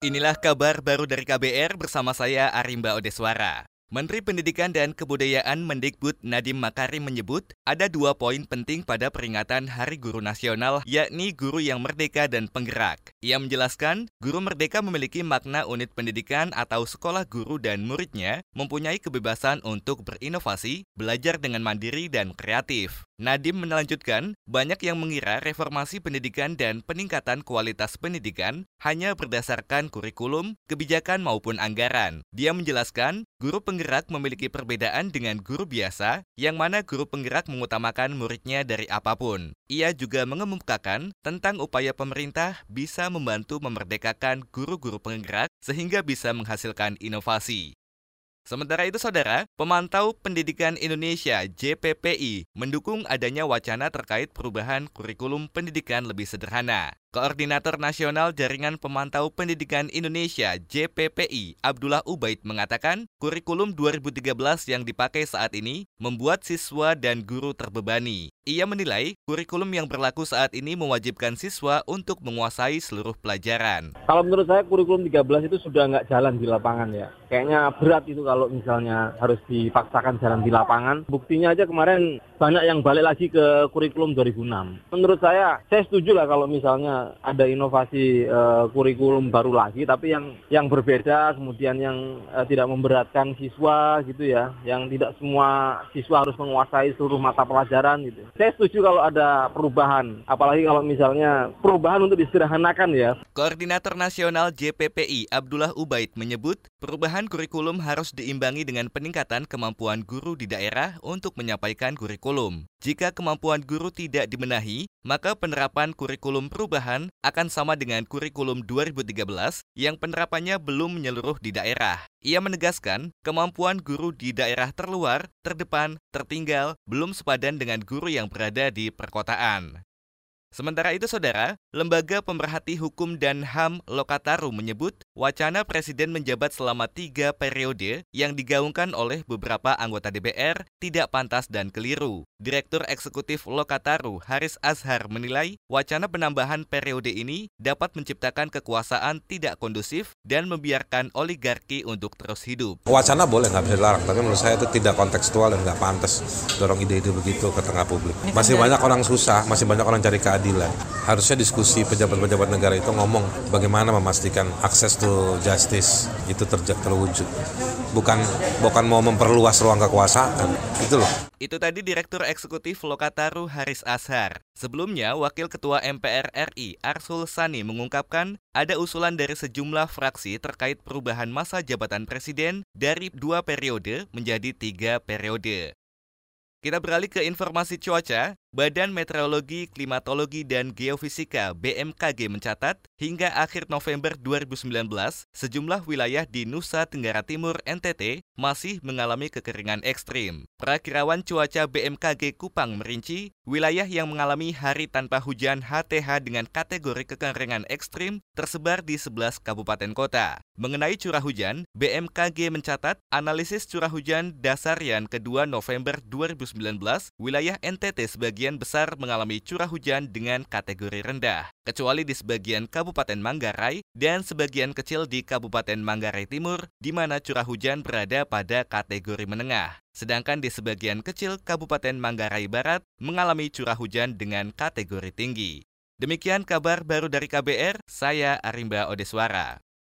Inilah kabar baru dari KBR bersama saya Arimba Odeswara. Menteri Pendidikan dan Kebudayaan Mendikbud Nadiem Makarim menyebut ada 2 poin penting pada peringatan Hari Guru Nasional, yakni guru yang merdeka dan penggerak. Ia menjelaskan, guru merdeka memiliki makna unit pendidikan atau sekolah guru dan muridnya mempunyai kebebasan untuk berinovasi, belajar dengan mandiri dan kreatif. Nadiem melanjutkan, banyak yang mengira reformasi pendidikan dan peningkatan kualitas pendidikan hanya berdasarkan kurikulum, kebijakan maupun anggaran. Dia menjelaskan, guru penggerak memiliki perbedaan dengan guru biasa, yang mana guru penggerak mengutamakan muridnya dari apapun. Ia juga mengemukakan tentang upaya pemerintah bisa membantu memerdekakan guru-guru penggerak sehingga bisa menghasilkan inovasi. Sementara itu, Saudara, Pemantau Pendidikan Indonesia (JPPI) mendukung adanya wacana terkait perubahan kurikulum pendidikan lebih sederhana. Koordinator Nasional Jaringan Pemantau Pendidikan Indonesia (JPPI) Abdullah Ubaid mengatakan, kurikulum 2013 yang dipakai saat ini membuat siswa dan guru terbebani. Ia menilai kurikulum yang berlaku saat ini mewajibkan siswa untuk menguasai seluruh pelajaran. Kalau menurut saya kurikulum 13 itu sudah nggak jalan di lapangan ya. Kayaknya berat itu kalau misalnya harus dipaksakan jalan di lapangan. Buktinya aja kemarin banyak yang balik lagi ke kurikulum 2006. Menurut saya setuju lah kalau misalnya ada inovasi kurikulum baru lagi, tapi yang berbeda, kemudian yang tidak memberatkan siswa gitu ya. Yang tidak semua siswa harus menguasai seluruh mata pelajaran gitu. Saya setuju kalau ada perubahan, apalagi kalau misalnya perubahan untuk disederhanakan ya. Koordinator Nasional JPPI Abdullah Ubaid menyebut, perubahan kurikulum harus diimbangi dengan peningkatan kemampuan guru di daerah untuk menyampaikan kurikulum. Jika kemampuan guru tidak dibenahi, maka penerapan kurikulum perubahan akan sama dengan kurikulum 2013 yang penerapannya belum menyeluruh di daerah. Ia menegaskan, kemampuan guru di daerah terluar, terdepan, tertinggal, belum sepadan dengan guru yang berada di perkotaan. Sementara itu, Saudara, Lembaga Pemerhati Hukum dan HAM Lokataru menyebut wacana Presiden menjabat selama 3 periode yang digaungkan oleh beberapa anggota DPR tidak pantas dan keliru. Direktur Eksekutif Lokataru, Haris Azhar, menilai wacana penambahan periode ini dapat menciptakan kekuasaan tidak kondusif dan membiarkan oligarki untuk terus hidup. Wacana boleh, nggak bisa dilarang, tapi menurut saya itu tidak kontekstual dan nggak pantas dorong ide-ide begitu ke tengah publik. Masih banyak orang susah, masih banyak orang cari keadilan. Harusnya diskusi pejabat-pejabat negara itu ngomong bagaimana memastikan akses to justice itu terwujud. Bukan mau memperluas ruang kekuasaan. Itu loh. Itu tadi Direktur Eksekutif Lokataru Haris Azhar. Sebelumnya, Wakil Ketua MPR RI Arsul Sani mengungkapkan ada usulan dari sejumlah fraksi terkait perubahan masa jabatan presiden dari 2 periode menjadi 3 periode. Kita beralih ke informasi cuaca. Badan Meteorologi, Klimatologi, dan Geofisika (BMKG) mencatat, hingga akhir November 2019, sejumlah wilayah di Nusa Tenggara Timur (NTT) masih mengalami kekeringan ekstrim. Perakirawan cuaca BMKG Kupang merinci, wilayah yang mengalami hari tanpa hujan HTH dengan kategori kekeringan ekstrim tersebar di 11 kabupaten kota. Mengenai curah hujan, BMKG mencatat analisis curah hujan dasarian kedua November 2019, wilayah NTT sebagian besar mengalami curah hujan dengan kategori rendah, kecuali di sebagian Kabupaten Manggarai dan sebagian kecil di Kabupaten Manggarai Timur, di mana curah hujan berada pada kategori menengah. Sedangkan di sebagian kecil Kabupaten Manggarai Barat mengalami curah hujan dengan kategori tinggi. Demikian kabar baru dari KBR, saya Arimba Odeswara.